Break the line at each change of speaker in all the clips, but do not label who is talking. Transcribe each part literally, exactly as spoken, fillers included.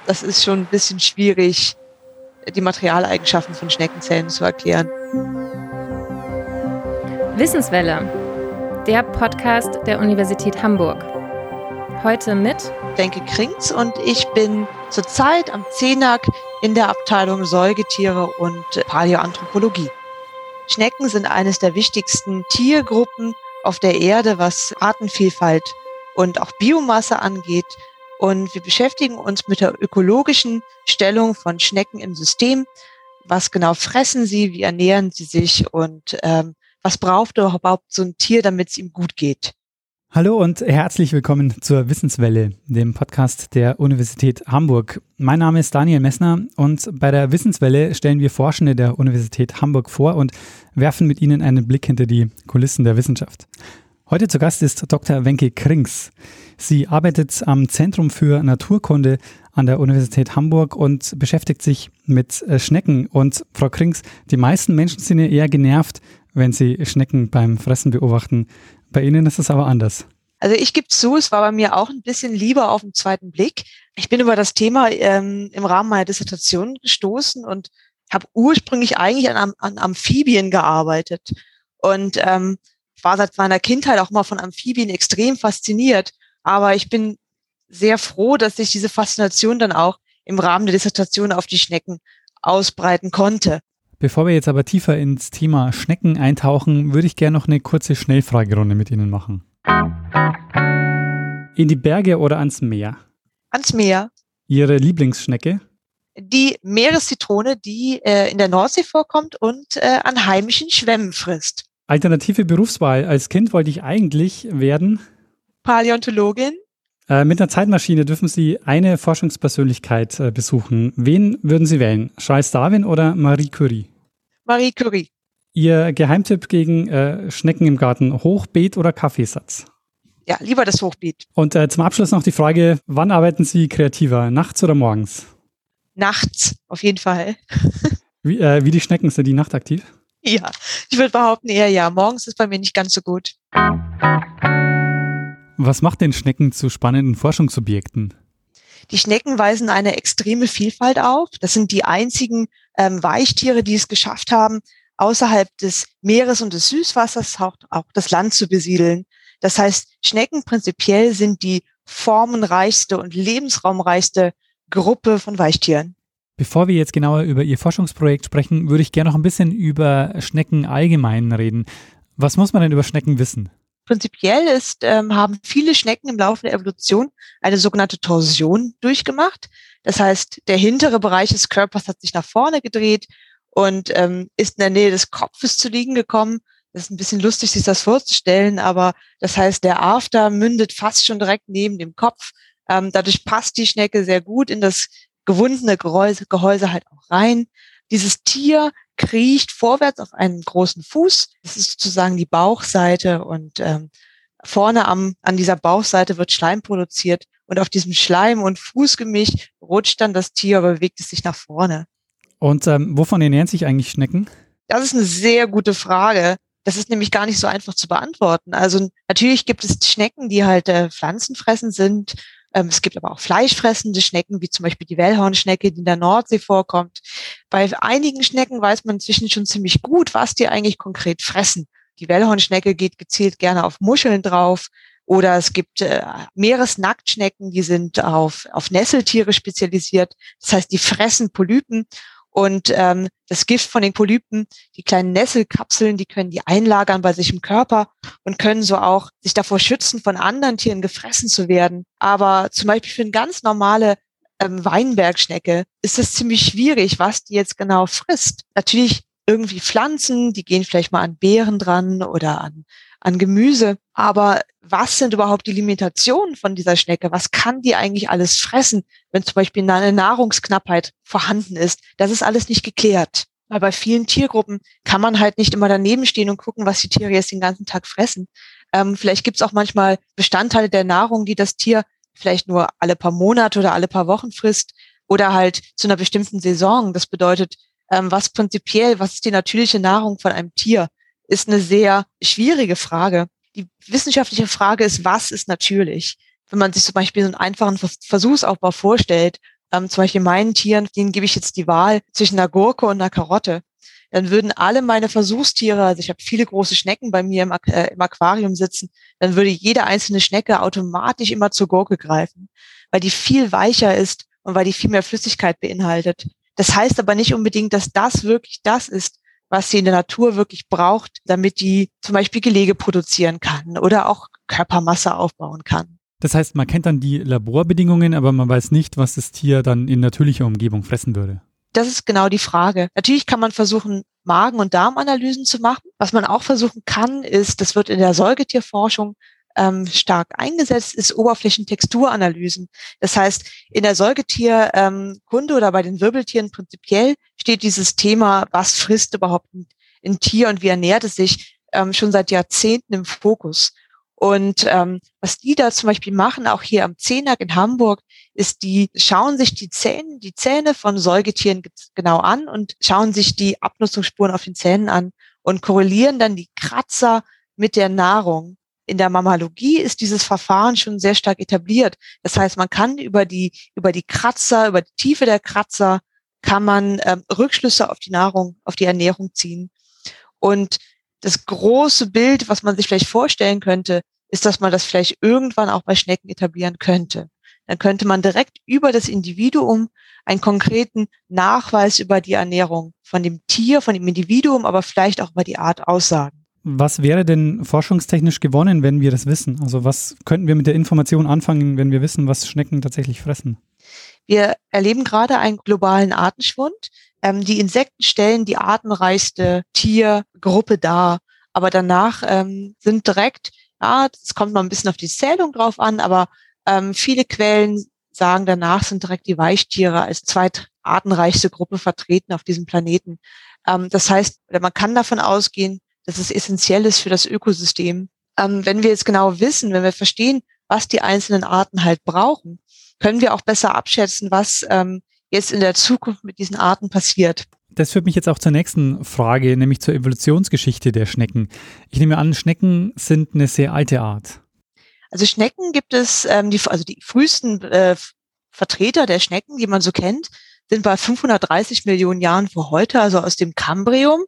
das ist schon ein bisschen schwierig, die Materialeigenschaften von Schneckenzellen zu erklären.
Wissenswelle, der Podcast der Universität Hamburg. Heute mit
Wenke Krings und ich bin zurzeit am C E N A C in der Abteilung Säugetiere und Paläoanthropologie. Schnecken sind eines der wichtigsten Tiergruppen auf der Erde, was Artenvielfalt und auch Biomasse angeht. Und wir beschäftigen uns mit der ökologischen Stellung von Schnecken im System. Was genau fressen sie, wie ernähren sie sich und ähm, was braucht überhaupt so ein Tier, damit es ihm gut geht?
Hallo und herzlich willkommen zur Wissenswelle, dem Podcast der Universität Hamburg. Mein Name ist Daniel Messner und bei der Wissenswelle stellen wir Forschende der Universität Hamburg vor und werfen mit ihnen einen Blick hinter die Kulissen der Wissenschaft. Heute zu Gast ist Doktor Wenke Krings. Sie arbeitet am Zentrum für Naturkunde an der Universität Hamburg und beschäftigt sich mit Schnecken. Und Frau Krings, die meisten Menschen sind ja eher genervt, wenn sie Schnecken beim Fressen beobachten. Bei Ihnen ist es aber anders.
Also ich gebe zu, es war bei mir auch ein bisschen lieber auf den zweiten Blick. Ich bin über das Thema ähm, im Rahmen meiner Dissertation gestoßen und habe ursprünglich eigentlich an, an Amphibien gearbeitet und ähm, war seit meiner Kindheit auch mal von Amphibien extrem fasziniert. Aber ich bin sehr froh, dass sich diese Faszination dann auch im Rahmen der Dissertation auf die Schnecken ausbreiten konnte.
Bevor wir jetzt aber tiefer ins Thema Schnecken eintauchen, würde ich gerne noch eine kurze Schnellfragerunde mit Ihnen machen. In die Berge oder ans Meer?
Ans Meer.
Ihre Lieblingsschnecke?
Die Meereszitrone, die äh, in der Nordsee vorkommt und äh, an heimischen Schwämmen frisst.
Alternative Berufswahl. Als Kind wollte ich eigentlich werden?
Paläontologin.
Äh, mit einer Zeitmaschine dürfen Sie eine Forschungspersönlichkeit äh, besuchen. Wen würden Sie wählen? Charles Darwin oder Marie Curie?
Marie Curie.
Ihr Geheimtipp gegen äh, Schnecken im Garten, Hochbeet oder Kaffeesatz?
Ja, lieber das Hochbeet.
Und äh, zum Abschluss noch die Frage, wann arbeiten Sie kreativer, nachts oder morgens?
Nachts, auf jeden Fall.
wie, äh, wie die Schnecken, sind die nachtaktiv?
Ja, ich würde behaupten eher ja. Morgens ist bei mir nicht ganz so gut.
Was macht denn Schnecken zu spannenden Forschungsobjekten?
Die Schnecken weisen eine extreme Vielfalt auf. Das sind die einzigen ähm, Weichtiere, die es geschafft haben, außerhalb des Meeres und des Süßwassers auch, auch das Land zu besiedeln. Das heißt, Schnecken prinzipiell sind die formenreichste und lebensraumreichste Gruppe von Weichtieren.
Bevor wir jetzt genauer über Ihr Forschungsprojekt sprechen, würde ich gerne noch ein bisschen über Schnecken allgemein reden. Was muss man denn über Schnecken wissen?
Prinzipiell ist, ähm, haben viele Schnecken im Laufe der Evolution eine sogenannte Torsion durchgemacht. Das heißt, der hintere Bereich des Körpers hat sich nach vorne gedreht und ähm, ist in der Nähe des Kopfes zu liegen gekommen. Das ist ein bisschen lustig, sich das vorzustellen, aber das heißt, der After mündet fast schon direkt neben dem Kopf. Ähm, dadurch passt die Schnecke sehr gut in das gewundene Gehäuse, Gehäuse halt auch rein. Dieses Tier kriecht vorwärts auf einen großen Fuß. Das ist sozusagen die Bauchseite und ähm, vorne am, an dieser Bauchseite wird Schleim produziert und auf diesem Schleim- und Fußgemisch rutscht dann das Tier, aber bewegt es sich nach vorne.
Und ähm, wovon ernähren sich eigentlich Schnecken?
Das ist eine sehr gute Frage. Das ist nämlich gar nicht so einfach zu beantworten. Also natürlich gibt es Schnecken, die halt äh, pflanzenfressend sind. Ähm, es gibt aber auch fleischfressende Schnecken, wie zum Beispiel die Wellhornschnecke, die in der Nordsee vorkommt. Bei einigen Schnecken weiß man inzwischen schon ziemlich gut, was die eigentlich konkret fressen. Die Wellhornschnecke geht gezielt gerne auf Muscheln drauf. Oder es gibt äh, Meeresnacktschnecken, die sind auf, auf Nesseltiere spezialisiert. Das heißt, die fressen Polypen. Und ähm, das Gift von den Polypen, die kleinen Nesselkapseln, die können die einlagern bei sich im Körper und können so auch sich davor schützen, von anderen Tieren gefressen zu werden. Aber zum Beispiel für eine ganz normale ähm, Weinbergschnecke ist es ziemlich schwierig, was die jetzt genau frisst. Natürlich irgendwie Pflanzen, die gehen vielleicht mal an Beeren dran oder an, an Gemüse. Aber was sind überhaupt die Limitationen von dieser Schnecke? Was kann die eigentlich alles fressen, wenn zum Beispiel eine Nahrungsknappheit vorhanden ist? Das ist alles nicht geklärt. Weil bei vielen Tiergruppen kann man halt nicht immer daneben stehen und gucken, was die Tiere jetzt den ganzen Tag fressen. Ähm, vielleicht gibt es auch manchmal Bestandteile der Nahrung, die das Tier vielleicht nur alle paar Monate oder alle paar Wochen frisst oder halt zu einer bestimmten Saison. Das bedeutet, ähm, was prinzipiell, was ist die natürliche Nahrung von einem Tier, ist eine sehr schwierige Frage. Die wissenschaftliche Frage ist, was ist natürlich? Wenn man sich zum Beispiel so einen einfachen Versuchsaufbau vorstellt ähm, zum Beispiel meinen Tieren, denen gebe ich jetzt die Wahl zwischen einer Gurke und einer Karotte, dann würden alle meine Versuchstiere, also ich habe viele große Schnecken bei mir im, äh, im Aquarium sitzen, dann würde jede einzelne Schnecke automatisch immer zur Gurke greifen, weil die viel weicher ist und weil die viel mehr Flüssigkeit beinhaltet. Das heißt aber nicht unbedingt, dass das wirklich das ist, was sie in der Natur wirklich braucht, damit die zum Beispiel Gelege produzieren kann oder auch Körpermasse aufbauen kann.
Das heißt, man kennt dann die Laborbedingungen, aber man weiß nicht, was das Tier dann in natürlicher Umgebung fressen würde.
Das ist genau die Frage. Natürlich kann man versuchen, Magen- und Darmanalysen zu machen. Was man auch versuchen kann, ist, das wird in der Säugetierforschung ähm, stark eingesetzt, ist Oberflächentexturanalysen. Das heißt, in der Säugetierkunde ähm, oder bei den Wirbeltieren prinzipiell steht dieses Thema, was frisst überhaupt ein, ein Tier und wie ernährt es sich, ähm, schon seit Jahrzehnten im Fokus. Und ähm, was die da zum Beispiel machen, auch hier am Zehnack in Hamburg, ist, die schauen sich die Zähne, die Zähne von Säugetieren genau an und schauen sich die Abnutzungsspuren auf den Zähnen an und korrelieren dann die Kratzer mit der Nahrung. In der Mammalogie ist dieses Verfahren schon sehr stark etabliert. Das heißt, man kann über die über die Kratzer, über die Tiefe der Kratzer, kann man ähm, Rückschlüsse auf die Nahrung, auf die Ernährung ziehen. Und das große Bild, was man sich vielleicht vorstellen könnte, ist, dass man das vielleicht irgendwann auch bei Schnecken etablieren könnte. Dann könnte man direkt über das Individuum einen konkreten Nachweis über die Ernährung von dem Tier, von dem Individuum, aber vielleicht auch über die Art aussagen.
Was wäre denn forschungstechnisch gewonnen, wenn wir das wissen? Also was könnten wir mit der Information anfangen, wenn wir wissen, was Schnecken tatsächlich fressen?
Wir erleben gerade einen globalen Artenschwund. Ähm, die Insekten stellen die artenreichste Tiergruppe dar, aber danach ähm, sind direkt, ja, es kommt mal ein bisschen auf die Zählung drauf an, aber ähm, viele Quellen sagen, danach sind direkt die Weichtiere als zweitartenreichste Gruppe vertreten auf diesem Planeten. Ähm, das heißt, man kann davon ausgehen, dass es essentiell ist für das Ökosystem. Ähm, wenn wir jetzt genau wissen, wenn wir verstehen, was die einzelnen Arten halt brauchen, können wir auch besser abschätzen, was ähm, jetzt in der Zukunft mit diesen Arten passiert.
Das führt mich jetzt auch zur nächsten Frage, nämlich zur Evolutionsgeschichte der Schnecken. Ich nehme an, Schnecken sind eine sehr alte Art.
Also Schnecken gibt es, ähm, die, also die frühesten äh, Vertreter der Schnecken, die man so kennt, sind bei fünfhundertdreißig Millionen Jahren vor heute, also aus dem Kambrium.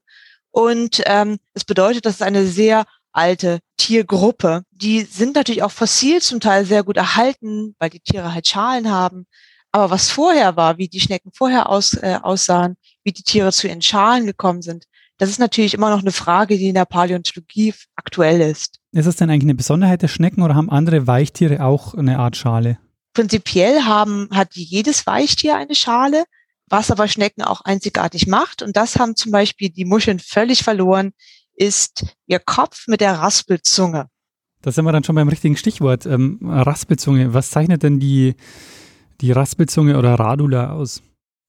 Und ähm, das bedeutet, das ist eine sehr alte Tiergruppe. Die sind natürlich auch fossil zum Teil sehr gut erhalten, weil die Tiere halt Schalen haben. Aber was vorher war, wie die Schnecken vorher aus, äh, aussahen, wie die Tiere zu ihren Schalen gekommen sind, das ist natürlich immer noch eine Frage, die in der Paläontologie aktuell ist.
Ist das denn eigentlich eine Besonderheit der Schnecken oder haben andere Weichtiere auch eine Art Schale?
Prinzipiell haben, hat jedes Weichtier eine Schale, was aber Schnecken auch einzigartig macht. Und das haben zum Beispiel die Muscheln völlig verloren, ist ihr Kopf mit der Raspelzunge.
Da sind wir dann schon beim richtigen Stichwort. Ähm, Raspelzunge. Was zeichnet denn die, die Raspelzunge oder Radula aus?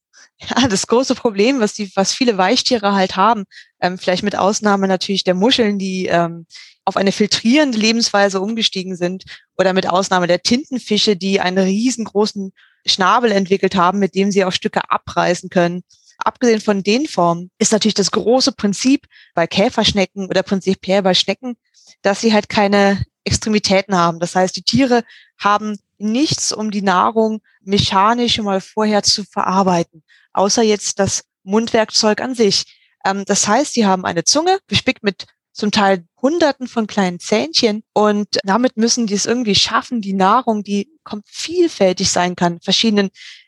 Ja, das große Problem, was die, was viele Weichtiere halt haben, ähm, vielleicht mit Ausnahme natürlich der Muscheln, die ähm, auf eine filtrierende Lebensweise umgestiegen sind, oder mit Ausnahme der Tintenfische, die einen riesengroßen Schnabel entwickelt haben, mit dem sie auch Stücke abreißen können. Abgesehen von den Formen ist natürlich das große Prinzip bei Käferschnecken oder prinzipiell bei Schnecken, dass sie halt keine Extremitäten haben. Das heißt, die Tiere haben nichts, um die Nahrung mechanisch schon mal vorher zu verarbeiten, außer jetzt das Mundwerkzeug an sich. Ähm, das heißt, sie haben eine Zunge, gespickt mit zum Teil Hunderten von kleinen Zähnchen, und damit müssen die es irgendwie schaffen, die Nahrung, die kommt vielfältig sein kann, verschiedenen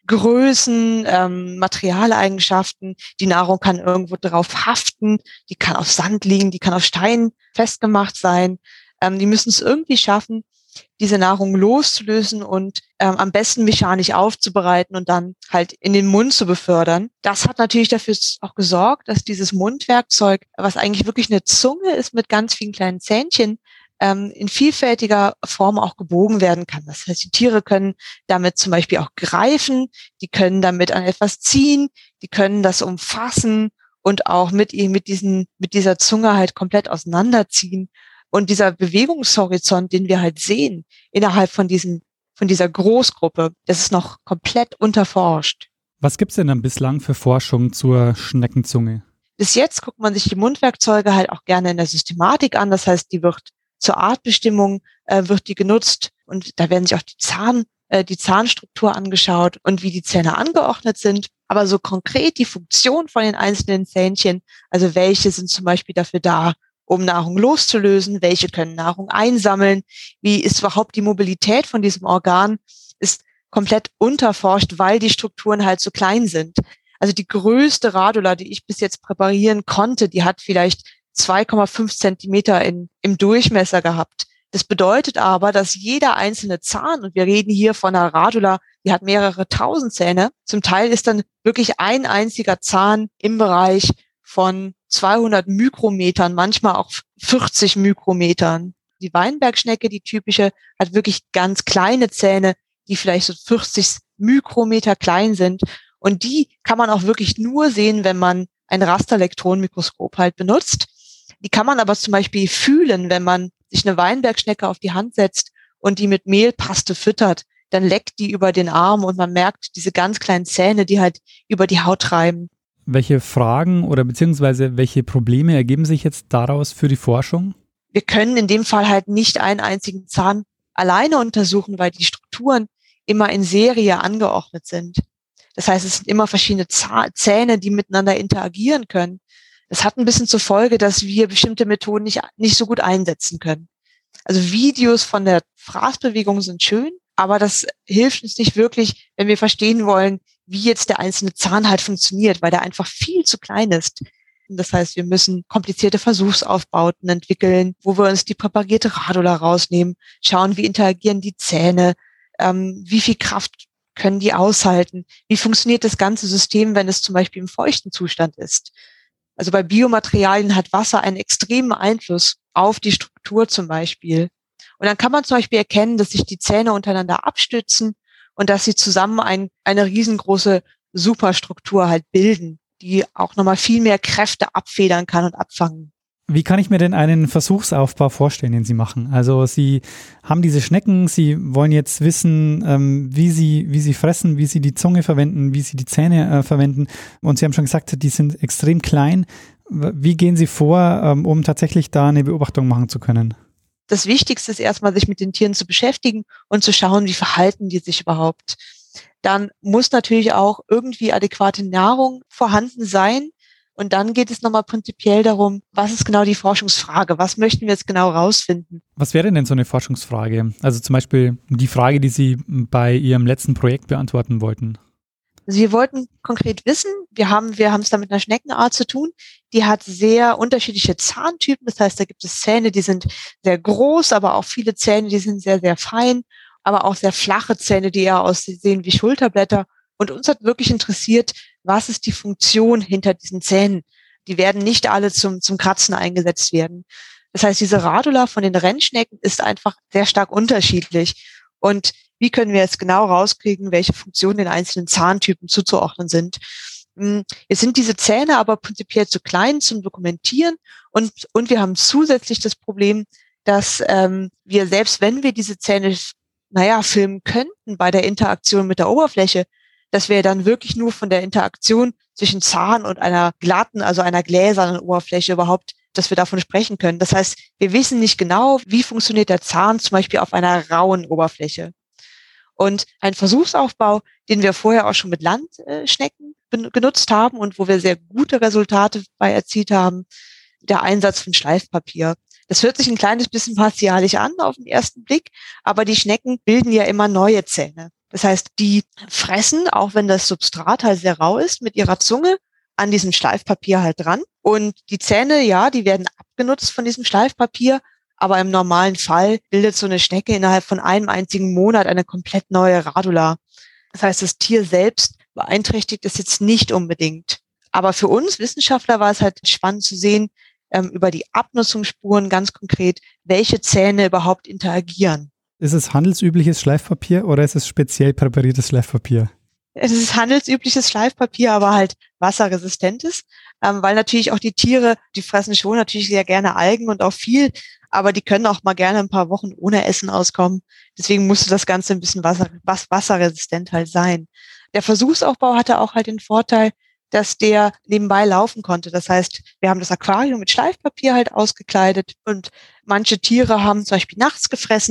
Größen, ähm, Materialeigenschaften. Die Nahrung kann irgendwo drauf haften, die kann auf Sand liegen, die kann auf Stein festgemacht sein. Ähm, die müssen es irgendwie schaffen, diese Nahrung loszulösen und ähm, am besten mechanisch aufzubereiten und dann halt in den Mund zu befördern. Das hat natürlich dafür auch gesorgt, dass dieses Mundwerkzeug, was eigentlich wirklich eine Zunge ist mit ganz vielen kleinen Zähnchen, ähm, in vielfältiger Form auch gebogen werden kann. Das heißt, die Tiere können damit zum Beispiel auch greifen, die können damit an etwas ziehen, die können das umfassen und auch mit, mit, diesen, mit dieser Zunge halt komplett auseinanderziehen. Und dieser Bewegungshorizont, den wir halt sehen innerhalb von diesen, von dieser Großgruppe, das ist noch komplett unterforscht.
Was gibt's denn dann bislang für Forschung zur Schneckenzunge?
Bis jetzt guckt man sich die Mundwerkzeuge halt auch gerne in der Systematik an. Das heißt, die wird zur Artbestimmung, äh, wird die genutzt, und da werden sich auch die Zahn, äh, die Zahnstruktur angeschaut und wie die Zähne angeordnet sind. Aber so konkret die Funktion von den einzelnen Zähnchen, also welche sind zum Beispiel dafür da, um Nahrung loszulösen, welche können Nahrung einsammeln, wie ist überhaupt die Mobilität von diesem Organ, ist komplett unterforscht, weil die Strukturen halt so klein sind. Also die größte Radula, die ich bis jetzt präparieren konnte, die hat vielleicht zwei Komma fünf Zentimeter in, im Durchmesser gehabt. Das bedeutet aber, dass jeder einzelne Zahn, und wir reden hier von einer Radula, die hat mehrere tausend Zähne, zum Teil ist dann wirklich ein einziger Zahn im Bereich von zweihundert Mikrometern, manchmal auch vierzig Mikrometern. Die Weinbergschnecke, die typische, hat wirklich ganz kleine Zähne, die vielleicht so vierzig Mikrometer klein sind. Und die kann man auch wirklich nur sehen, wenn man ein Rasterelektronenmikroskop halt benutzt. Die kann man aber zum Beispiel fühlen, wenn man sich eine Weinbergschnecke auf die Hand setzt und die mit Mehlpaste füttert. Dann leckt die über den Arm und man merkt diese ganz kleinen Zähne, die halt über die Haut treiben.
Welche Fragen oder beziehungsweise welche Probleme ergeben sich jetzt daraus für die Forschung?
Wir können in dem Fall halt nicht einen einzigen Zahn alleine untersuchen, weil die Strukturen immer in Serie angeordnet sind. Das heißt, es sind immer verschiedene Zähne, die miteinander interagieren können. Das hat ein bisschen zur Folge, dass wir bestimmte Methoden nicht, nicht so gut einsetzen können. Also Videos von der Fraßbewegung sind schön, aber das hilft uns nicht wirklich, wenn wir verstehen wollen, wie jetzt der einzelne Zahn halt funktioniert, weil der einfach viel zu klein ist. Das heißt, wir müssen komplizierte Versuchsaufbauten entwickeln, wo wir uns die präparierte Radula rausnehmen, schauen, wie interagieren die Zähne, ähm, wie viel Kraft können die aushalten, wie funktioniert das ganze System, wenn es zum Beispiel im feuchten Zustand ist. Also bei Biomaterialien hat Wasser einen extremen Einfluss auf die Struktur zum Beispiel. Und dann kann man zum Beispiel erkennen, dass sich die Zähne untereinander abstützen und dass sie zusammen ein, eine riesengroße Superstruktur halt bilden, die auch nochmal viel mehr Kräfte abfedern kann und abfangen.
Wie kann ich mir denn einen Versuchsaufbau vorstellen, den Sie machen? Also Sie haben diese Schnecken, Sie wollen jetzt wissen, ähm, wie sie wie sie fressen, wie sie die Zunge verwenden, wie sie die Zähne äh, verwenden. Und Sie haben schon gesagt, die sind extrem klein. Wie gehen Sie vor, ähm, um tatsächlich da eine Beobachtung machen zu können?
Das Wichtigste ist erstmal, sich mit den Tieren zu beschäftigen und zu schauen, wie verhalten die sich überhaupt. Dann muss natürlich auch irgendwie adäquate Nahrung vorhanden sein. Und dann geht es nochmal prinzipiell darum, was ist genau die Forschungsfrage? Was möchten wir jetzt genau rausfinden?
Was wäre denn so eine Forschungsfrage? Also zum Beispiel die Frage, die Sie bei Ihrem letzten Projekt beantworten wollten.
Also wir wollten konkret wissen, wir haben wir haben es da mit einer Schneckenart zu tun, die hat sehr unterschiedliche Zahntypen. Das heißt, da gibt es Zähne, die sind sehr groß, aber auch viele Zähne, die sind sehr, sehr fein, aber auch sehr flache Zähne, die eher aussehen wie Schulterblätter. Und uns hat wirklich interessiert, was ist die Funktion hinter diesen Zähnen? Die werden nicht alle zum, zum Kratzen eingesetzt werden. Das heißt, diese Radula von den Rennschnecken ist einfach sehr stark unterschiedlich. Und wie können wir jetzt genau rauskriegen, welche Funktionen den einzelnen Zahntypen zuzuordnen sind? Jetzt sind diese Zähne aber prinzipiell zu klein zum Dokumentieren. Und, und wir haben zusätzlich das Problem, dass ähm, wir, selbst wenn wir diese Zähne, naja, filmen könnten bei der Interaktion mit der Oberfläche, dass wir dann wirklich nur von der Interaktion zwischen Zahn und einer glatten, also einer gläsernen Oberfläche überhaupt, dass wir davon sprechen können. Das heißt, wir wissen nicht genau, wie funktioniert der Zahn zum Beispiel auf einer rauen Oberfläche. Und ein Versuchsaufbau, den wir vorher auch schon mit Landschnecken genutzt haben und wo wir sehr gute Resultate bei erzielt haben, der Einsatz von Schleifpapier. Das hört sich ein kleines bisschen martialisch an auf den ersten Blick, aber die Schnecken bilden ja immer neue Zähne. Das heißt, die fressen, auch wenn das Substrat halt sehr rau ist, mit ihrer Zunge an diesem Schleifpapier halt dran. Und die Zähne, ja, die werden abgenutzt von diesem Schleifpapier, aber im normalen Fall bildet so eine Schnecke innerhalb von einem einzigen Monat eine komplett neue Radula. Das heißt, das Tier selbst beeinträchtigt es jetzt nicht unbedingt. Aber für uns Wissenschaftler war es halt spannend zu sehen, ähm, über die Abnutzungsspuren ganz konkret, welche Zähne überhaupt interagieren.
Ist es handelsübliches Schleifpapier oder ist es speziell präpariertes Schleifpapier?
Es ist handelsübliches Schleifpapier, aber halt wasserresistentes, ähm, weil natürlich auch die Tiere, die fressen schon natürlich sehr gerne Algen und auch viel, aber die können auch mal gerne ein paar Wochen ohne Essen auskommen. Deswegen musste das Ganze ein bisschen wasser, was, wasserresistent halt sein. Der Versuchsaufbau hatte auch halt den Vorteil, dass der nebenbei laufen konnte. Das heißt, wir haben das Aquarium mit Schleifpapier halt ausgekleidet und manche Tiere haben zum Beispiel nachts gefressen,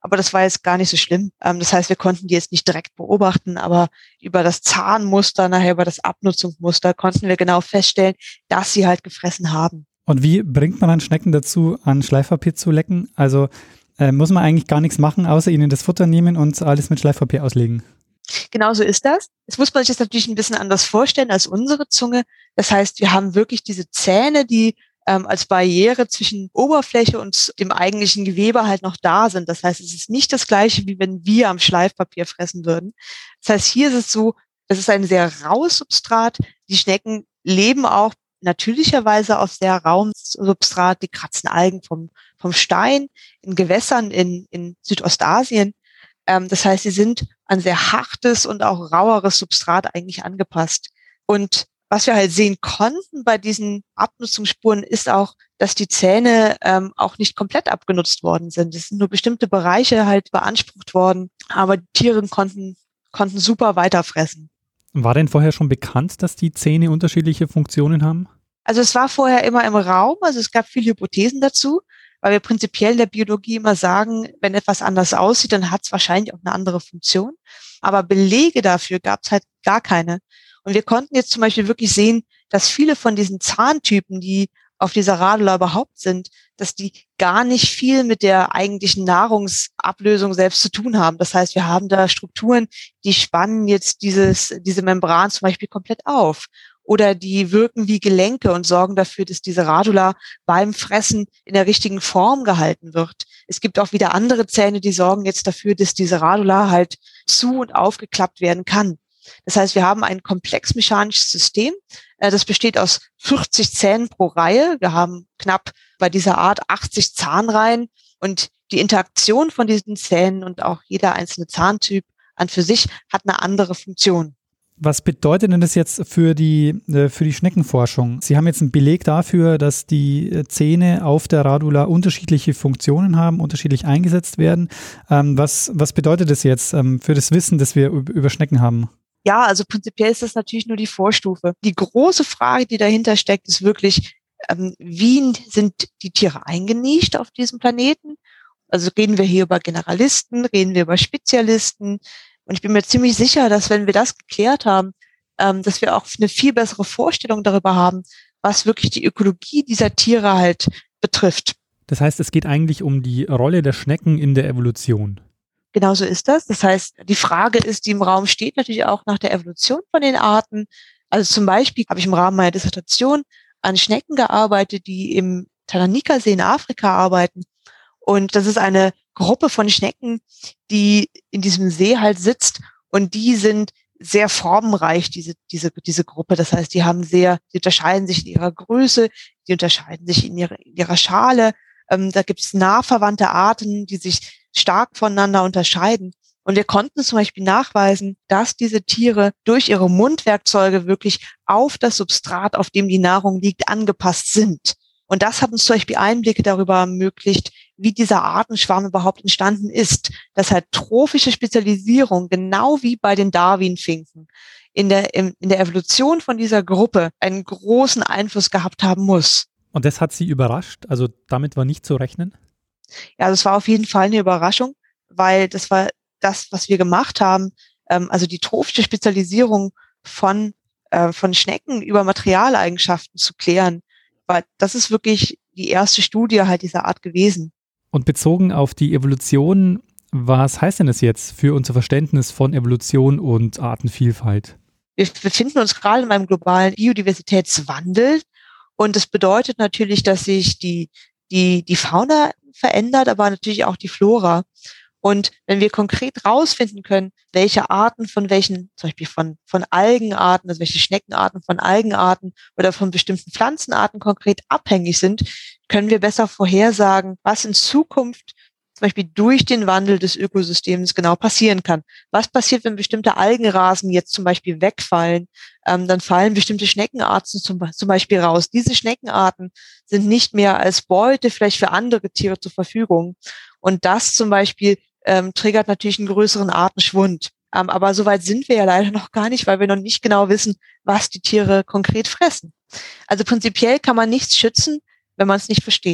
aber das war jetzt gar nicht so schlimm. Ähm, das heißt, wir konnten die jetzt nicht direkt beobachten, aber über das Zahnmuster, nachher über das Abnutzungsmuster konnten wir genau feststellen, dass sie halt gefressen haben.
Und wie bringt man dann Schnecken dazu, an Schleifpapier zu lecken? Also äh, muss man eigentlich gar nichts machen, außer ihnen das Futter nehmen und alles mit Schleifpapier auslegen?
Genau so ist das. Das muss man sich jetzt natürlich ein bisschen anders vorstellen als unsere Zunge. Das heißt, wir haben wirklich diese Zähne, die ähm, als Barriere zwischen Oberfläche und dem eigentlichen Gewebe halt noch da sind. Das heißt, es ist nicht das Gleiche, wie wenn wir am Schleifpapier fressen würden. Das heißt, hier ist es so, das ist ein sehr raues Substrat. Die Schnecken leben auch natürlicherweise auf sehr rauem Substrat. Die kratzen Algen vom, vom Stein in Gewässern in, in Südostasien. Ähm, das heißt, sie sind an sehr hartes und auch raueres Substrat eigentlich angepasst. Und was wir halt sehen konnten bei diesen Abnutzungsspuren ist auch, dass die Zähne ähm, auch nicht komplett abgenutzt worden sind. Es sind nur bestimmte Bereiche halt beansprucht worden, aber die Tiere konnten, konnten super weiterfressen.
War denn vorher schon bekannt, dass die Zähne unterschiedliche Funktionen haben?
Also es war vorher immer im Raum, also es gab viele Hypothesen dazu, weil wir prinzipiell in der Biologie immer sagen, wenn etwas anders aussieht, dann hat es wahrscheinlich auch eine andere Funktion. Aber Belege dafür gab es halt gar keine. Und wir konnten jetzt zum Beispiel wirklich sehen, dass viele von diesen Zahntypen, die auf dieser Radula überhaupt sind, dass die gar nicht viel mit der eigentlichen Nahrungsablösung selbst zu tun haben. Das heißt, wir haben da Strukturen, die spannen jetzt dieses, diese Membran zum Beispiel komplett auf. Oder die wirken wie Gelenke und sorgen dafür, dass diese Radula beim Fressen in der richtigen Form gehalten wird. Es gibt auch wieder andere Zähne, die sorgen jetzt dafür, dass diese Radula halt zu- und aufgeklappt werden kann. Das heißt, wir haben ein komplex mechanisches System. Das besteht aus vierzig Zähnen pro Reihe. Wir haben knapp bei dieser Art achtzig Zahnreihen. Und die Interaktion von diesen Zähnen und auch jeder einzelne Zahntyp an für sich hat eine andere Funktion.
Was bedeutet denn das jetzt für die, für die Schneckenforschung? Sie haben jetzt einen Beleg dafür, dass die Zähne auf der Radula unterschiedliche Funktionen haben, unterschiedlich eingesetzt werden. Was, was bedeutet das jetzt für das Wissen, das wir über Schnecken haben?
Ja, also prinzipiell ist das natürlich nur die Vorstufe. Die große Frage, die dahinter steckt, ist wirklich, ähm, wie sind die Tiere eingenischt auf diesem Planeten? Also reden wir hier über Generalisten, reden wir über Spezialisten. Und ich bin mir ziemlich sicher, dass wenn wir das geklärt haben, ähm, dass wir auch eine viel bessere Vorstellung darüber haben, was wirklich die Ökologie dieser Tiere halt betrifft.
Das heißt, es geht eigentlich um die Rolle der Schnecken in der Evolution.
Genauso ist das. Das heißt, die Frage ist, die im Raum steht, natürlich auch nach der Evolution von den Arten. Also zum Beispiel habe ich im Rahmen meiner Dissertation an Schnecken gearbeitet, die im Tanganika-See in Afrika arbeiten. Und das ist eine Gruppe von Schnecken, die in diesem See halt sitzt. Und die sind sehr formenreich, diese, diese, diese Gruppe. Das heißt, die haben sehr, die unterscheiden sich in ihrer Größe, die unterscheiden sich in ihrer, in ihrer Schale. Ähm, da gibt es nah verwandte Arten, die sich stark voneinander unterscheiden. Und wir konnten zum Beispiel nachweisen, dass diese Tiere durch ihre Mundwerkzeuge wirklich auf das Substrat, auf dem die Nahrung liegt, angepasst sind. Und das hat uns zum Beispiel Einblicke darüber ermöglicht, wie dieser Artenschwarm überhaupt entstanden ist. Dass halt trophische Spezialisierung, genau wie bei den Darwin-Finken, in der, in, in der Evolution von dieser Gruppe einen großen Einfluss gehabt haben muss.
Und das hat Sie überrascht? Also damit war nicht zu rechnen?
Ja, das war auf jeden Fall eine Überraschung, weil das war das, was wir gemacht haben. Ähm, also die trophische Spezialisierung von, äh, von Schnecken über Materialeigenschaften zu klären. Weil das ist wirklich die erste Studie halt dieser Art gewesen.
Und bezogen auf die Evolution, was heißt denn das jetzt für unser Verständnis von Evolution und Artenvielfalt?
Wir befinden uns gerade in einem globalen Biodiversitätswandel. Und das bedeutet natürlich, dass sich die, die, die Fauna verändert, aber natürlich auch die Flora. Und wenn wir konkret rausfinden können, welche Arten von welchen, zum Beispiel von, von Algenarten, also welche Schneckenarten von Algenarten oder von bestimmten Pflanzenarten konkret abhängig sind, können wir besser vorhersagen, was in Zukunft zum Beispiel durch den Wandel des Ökosystems genau passieren kann. Was passiert, wenn bestimmte Algenrasen jetzt zum Beispiel wegfallen? Ähm, dann fallen bestimmte Schneckenarten zum, zum Beispiel raus. Diese Schneckenarten sind nicht mehr als Beute vielleicht für andere Tiere zur Verfügung. Und das zum Beispiel ähm, triggert natürlich einen größeren Artenschwund. Ähm, aber soweit sind wir ja leider noch gar nicht, weil wir noch nicht genau wissen, was die Tiere konkret fressen. Also prinzipiell kann man nichts schützen, wenn man es nicht versteht.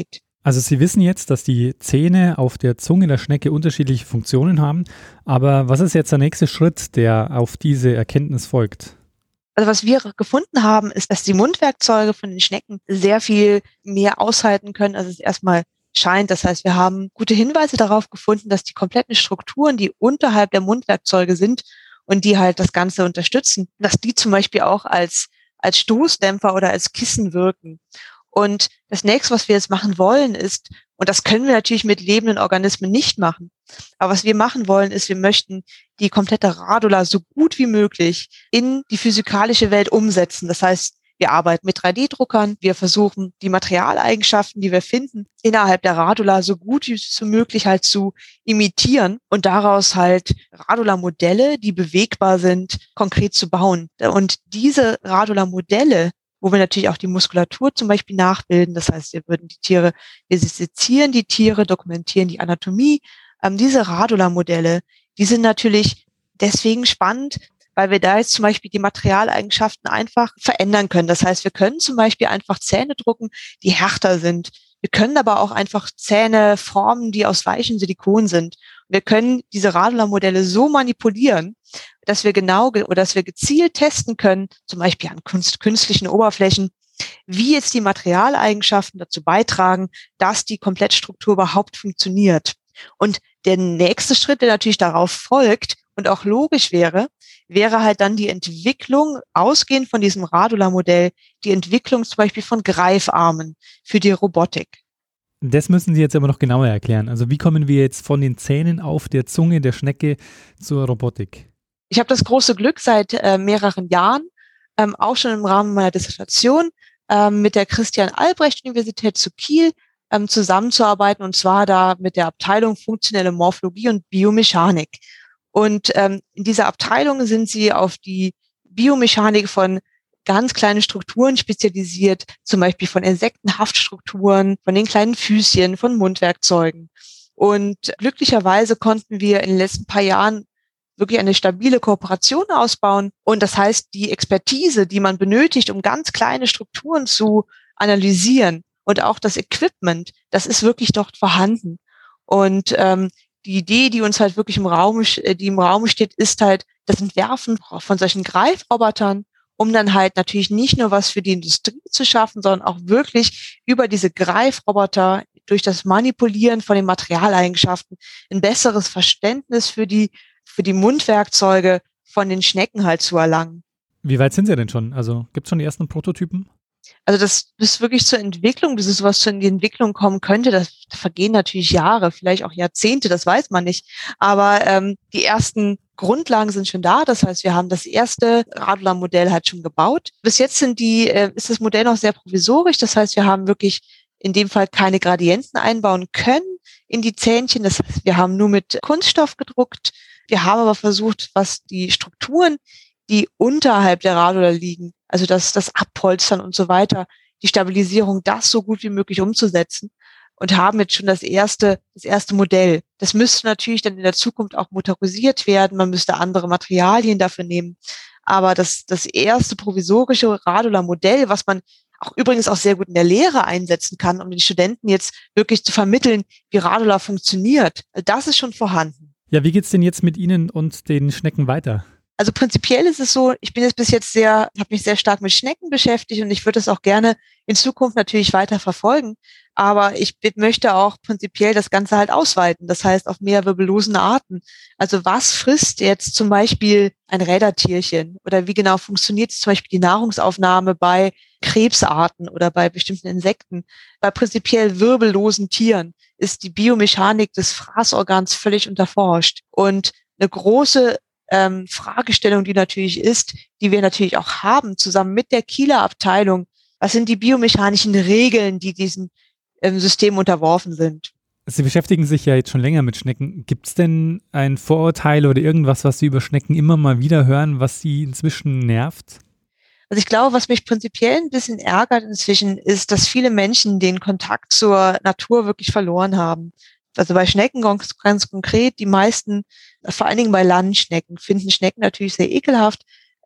Also Sie wissen jetzt, dass die Zähne auf der Zunge der Schnecke unterschiedliche Funktionen haben, aber was ist jetzt der nächste Schritt, der auf diese Erkenntnis folgt?
Also was wir gefunden haben, ist, dass die Mundwerkzeuge von den Schnecken sehr viel mehr aushalten können, als es erstmal scheint. Das heißt, wir haben gute Hinweise darauf gefunden, dass die kompletten Strukturen, die unterhalb der Mundwerkzeuge sind und die halt das Ganze unterstützen, dass die zum Beispiel auch als, als Stoßdämpfer oder als Kissen wirken. Und das nächste, was wir jetzt machen wollen, ist, und das können wir natürlich mit lebenden Organismen nicht machen, aber was wir machen wollen, ist, wir möchten die komplette Radula so gut wie möglich in die physikalische Welt umsetzen. Das heißt, wir arbeiten mit drei D Druckern, wir versuchen, die Materialeigenschaften, die wir finden, innerhalb der Radula so gut wie möglich halt zu imitieren und daraus halt Radula-Modelle, die bewegbar sind, konkret zu bauen. Und diese Radula-Modelle, wo wir natürlich auch die Muskulatur zum Beispiel nachbilden. Das heißt, wir würden die Tiere, wir sezieren die Tiere, dokumentieren die Anatomie. Ähm, diese Radula-Modelle, die sind natürlich deswegen spannend, weil wir da jetzt zum Beispiel die Materialeigenschaften einfach verändern können. Das heißt, wir können zum Beispiel einfach Zähne drucken, die härter sind. Wir können aber auch einfach Zähne formen, die aus weichem Silikon sind. Wir können diese Radula-Modelle so manipulieren, dass wir genau oder dass wir gezielt testen können, zum Beispiel an künstlichen Oberflächen, wie jetzt die Materialeigenschaften dazu beitragen, dass die Komplettstruktur überhaupt funktioniert. Und der nächste Schritt, der natürlich darauf folgt und auch logisch wäre, wäre halt dann die Entwicklung, ausgehend von diesem Radula-Modell, die Entwicklung zum Beispiel von Greifarmen für die Robotik.
Das müssen Sie jetzt aber noch genauer erklären. Also wie kommen wir jetzt von den Zähnen auf der Zunge der Schnecke zur Robotik?
Ich habe das große Glück, seit äh, mehreren Jahren, ähm, auch schon im Rahmen meiner Dissertation, ähm, mit der Christian-Albrecht-Universität zu Kiel ähm, zusammenzuarbeiten, und zwar da mit der Abteilung Funktionelle Morphologie und Biomechanik. Und ähm, in dieser Abteilung sind sie auf die Biomechanik von ganz kleinen Strukturen spezialisiert, zum Beispiel von Insektenhaftstrukturen, von den kleinen Füßchen, von Mundwerkzeugen. Und glücklicherweise konnten wir in den letzten paar Jahren wirklich eine stabile Kooperation ausbauen. Und das heißt, die Expertise, die man benötigt, um ganz kleine Strukturen zu analysieren und auch das Equipment, das ist wirklich dort vorhanden. Und ähm, die Idee, die uns halt wirklich im Raum, die im Raum steht, ist halt das Entwerfen von solchen Greifrobotern, um dann halt natürlich nicht nur was für die Industrie zu schaffen, sondern auch wirklich über diese Greifroboter durch das Manipulieren von den Materialeigenschaften ein besseres Verständnis für die für die Mundwerkzeuge von den Schnecken halt zu erlangen.
Wie weit sind Sie denn schon? Also gibt es schon die ersten Prototypen?
Also das ist wirklich zur Entwicklung, bis es sowas in die Entwicklung kommen könnte, das vergehen natürlich Jahre, vielleicht auch Jahrzehnte, das weiß man nicht. Aber ähm, die ersten Grundlagen sind schon da. Das heißt, wir haben das erste Radula-Modell halt schon gebaut. Bis jetzt sind die, äh, ist das Modell noch sehr provisorisch. Das heißt, wir haben wirklich in dem Fall keine Gradienten einbauen können in die Zähnchen. Das heißt, wir haben nur mit Kunststoff gedruckt. Wir haben aber versucht, was die Strukturen, die unterhalb der Radula liegen, also das, das Abpolstern und so weiter, die Stabilisierung, das so gut wie möglich umzusetzen und haben jetzt schon das erste, das erste Modell. Das müsste natürlich dann in der Zukunft auch motorisiert werden. Man müsste andere Materialien dafür nehmen. Aber das, das erste provisorische Radula-Modell, was man auch übrigens auch sehr gut in der Lehre einsetzen kann, um den Studenten jetzt wirklich zu vermitteln, wie Radula funktioniert, das ist schon vorhanden.
Ja, wie geht's denn jetzt mit Ihnen und den Schnecken weiter?
Also prinzipiell ist es so, ich bin jetzt bis jetzt sehr, habe mich sehr stark mit Schnecken beschäftigt und ich würde es auch gerne in Zukunft natürlich weiter verfolgen. Aber ich möchte auch prinzipiell das Ganze halt ausweiten. Das heißt auf mehr wirbellosen Arten. Also was frisst jetzt zum Beispiel ein Rädertierchen? Oder wie genau funktioniert zum Beispiel die Nahrungsaufnahme bei Krebsarten oder bei bestimmten Insekten? Bei prinzipiell wirbellosen Tieren ist die Biomechanik des Fraßorgans völlig unterforscht. Und eine große Ähm, Fragestellung, die natürlich ist, die wir natürlich auch haben, zusammen mit der Kieler Abteilung. Was sind die biomechanischen Regeln, die diesem ähm, System unterworfen sind?
Sie beschäftigen sich ja jetzt schon länger mit Schnecken. Gibt es denn ein Vorurteil oder irgendwas, was Sie über Schnecken immer mal wieder hören, was Sie inzwischen nervt?
Also ich glaube, was mich prinzipiell ein bisschen ärgert inzwischen, ist, dass viele Menschen den Kontakt zur Natur wirklich verloren haben. Also bei Schnecken ganz, ganz konkret, die meisten, vor allen Dingen bei Landschnecken, finden Schnecken natürlich sehr ekelhaft.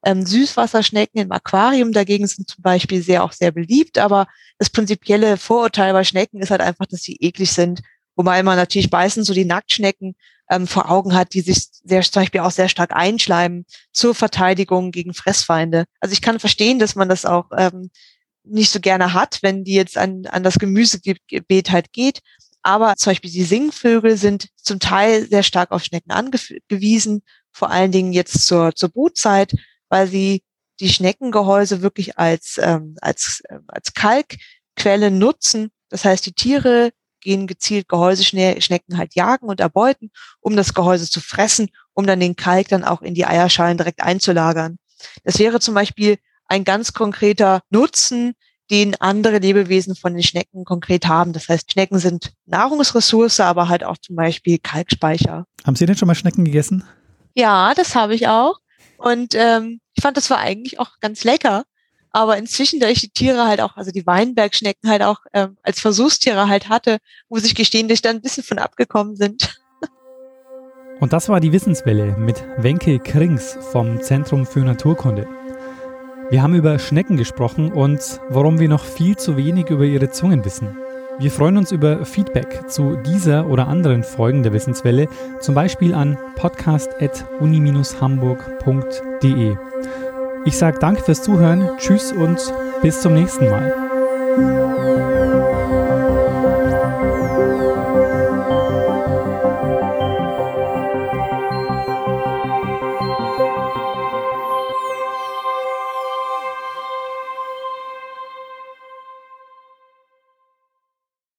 Ähm, Süßwasserschnecken im Aquarium dagegen sind zum Beispiel sehr auch sehr beliebt, aber das prinzipielle Vorurteil bei Schnecken ist halt einfach, dass sie eklig sind, wobei man natürlich meistens so die Nacktschnecken ähm, vor Augen hat, die sich sehr zum Beispiel auch sehr stark einschleimen zur Verteidigung gegen Fressfeinde. Also ich kann verstehen, dass man das auch ähm, nicht so gerne hat, wenn die jetzt an, an das Gemüsebeet halt geht. Aber zum Beispiel die Singvögel sind zum Teil sehr stark auf Schnecken angewiesen, vor allen Dingen jetzt zur, zur Brutzeit, weil sie die Schneckengehäuse wirklich als, ähm, als, äh, als Kalkquelle nutzen. Das heißt, die Tiere gehen gezielt Gehäuseschnecken halt jagen und erbeuten, um das Gehäuse zu fressen, um dann den Kalk dann auch in die Eierschalen direkt einzulagern. Das wäre zum Beispiel ein ganz konkreter Nutzen, den andere Lebewesen von den Schnecken konkret haben. Das heißt, Schnecken sind Nahrungsressource, aber halt auch zum Beispiel Kalkspeicher.
Haben Sie denn schon mal Schnecken gegessen?
Ja, das habe ich auch. Und ähm, ich fand, das war eigentlich auch ganz lecker. Aber inzwischen, da ich die Tiere halt auch, also die Weinbergschnecken halt auch ähm, als Versuchstiere halt hatte, muss ich gestehen, dass ich da ein bisschen von abgekommen sind.
Und das war die Wissenswelle mit Wenke Krings vom Zentrum für Naturkunde. Wir haben über Schnecken gesprochen und warum wir noch viel zu wenig über ihre Zungen wissen. Wir freuen uns über Feedback zu dieser oder anderen Folgen der Wissenswelle, zum Beispiel an podcast at uni dash hamburg punkt de. Ich sage danke fürs Zuhören, tschüss und bis zum nächsten Mal.